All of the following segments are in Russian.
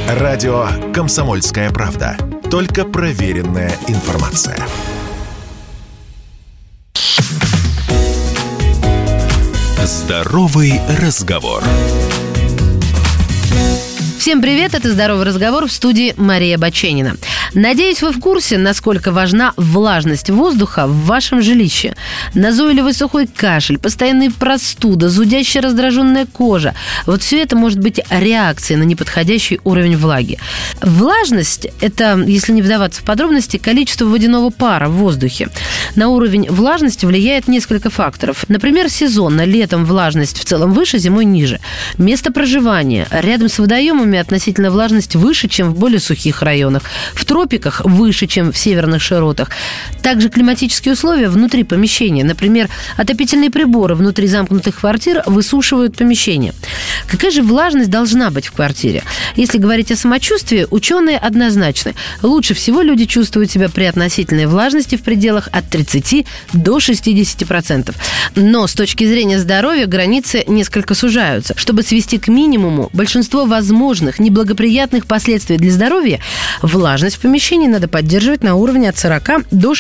Радио «Комсомольская правда». Только проверенная информация. Здоровый разговор. Всем привет, это «Здоровый разговор», в студии Мария Баченина. Надеюсь, вы в курсе, насколько важна влажность воздуха в вашем жилище. Назойливый сухой кашель, постоянная простуда, зудящая раздраженная кожа. Вот все это может быть реакцией на неподходящий уровень влаги. Влажность – это, если не вдаваться в подробности, количество водяного пара в воздухе. На уровень влажности влияет несколько факторов. Например, сезонно, летом влажность в целом выше, зимой ниже. Место проживания. Рядом с водоемами относительно влажность выше, чем в более сухих районах. В тропиках выше, чем в северных широтах. Также климатические условия внутри помещения. Например, отопительные приборы внутри замкнутых квартир высушивают помещение. Какая же влажность должна быть в квартире? Если говорить о самочувствии, ученые однозначны. Лучше всего люди чувствуют себя при относительной влажности в пределах от 30 до 60%. Но с точки зрения здоровья границы несколько сужаются. Чтобы свести к минимуму большинство возможных неблагоприятных последствий для здоровья, влажность в помещении надо поддерживать на уровне от 40 до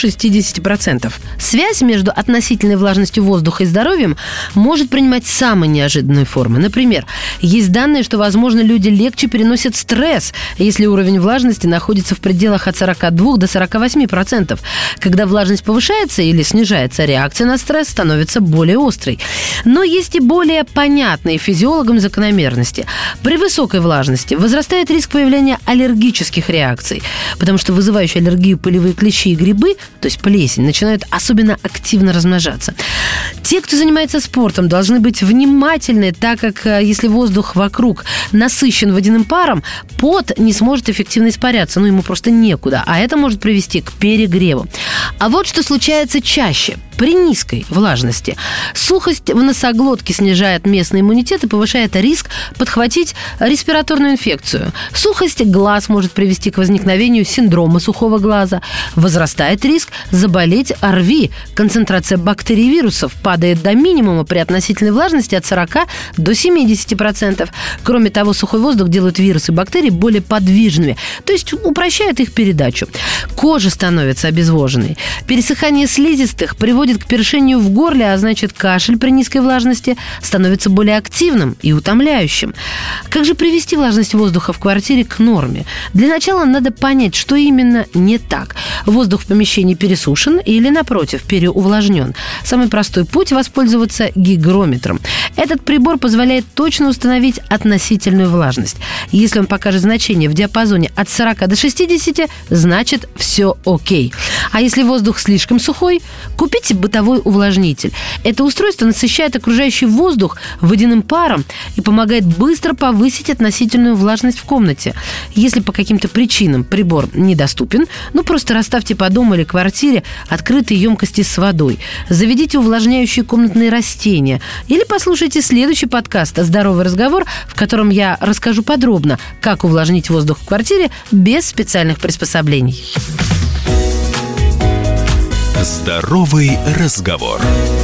60%. Связь между относительной влажностью воздуха и здоровьем может принимать самые неожиданные формы. Например, есть данные, что, возможно, люди легче переносят стресс, если уровень влажности находится в пределах от 42 до 48%. Когда влажность повышается или снижается, реакция на стресс становится более острой. Но есть и более понятные физиологам закономерности. При высокой влажности возрастает риск появления аллергических реакций, потому что вызывающие аллергию пылевые клещи и грибы, то есть плесень, начинают особенно активно размножаться. Те, кто занимается спортом, должны быть внимательны, так как если воздух вокруг насыщен водяным паром, пот не сможет эффективно испаряться, ему просто некуда, а это может привести к перегреву. А вот что случается чаще при низкой влажности. Сухость в носоглотке снижает местный иммунитет и повышает риск подхватить респираторную инфекцию. Сухость глаз может привести к возникновению синдрома сухого глаза. Возрастает риск заболеть ОРВИ. Концентрация бактерий и вирусов падает до минимума при относительной влажности от 40 до 70%. Кроме того, сухой воздух делает вирусы и бактерии более подвижными, то есть упрощает их передачу. Кожа становится обезвоженной. Пересыхание слизистых приводит к першению в горле, а значит, кашель при низкой влажности становится более активным и утомляющим. Как же привести влажность воздуха в квартире к норме? Для начала надо понять, что именно не так. Воздух в помещении пересушен или, напротив, переувлажнен. Самый простой путь – воспользоваться гигрометром. Этот прибор позволяет точно установить относительную влажность. Если он покажет значение в диапазоне от 40 до 60, значит, все окей. А если воздух слишком сухой, купите бытовой увлажнитель. Это устройство насыщает окружающий воздух водяным паром и помогает быстро повысить относительную влажность в комнате. Если по каким-то причинам прибор недоступен, просто расставьте по дому или квартире открытые емкости с водой. Заведите увлажняющие комнатные растения. Или послушайте следующий подкаст «Здоровый разговор», в котором я расскажу подробно, как увлажнить воздух в квартире без специальных приспособлений. Здоровый разговор.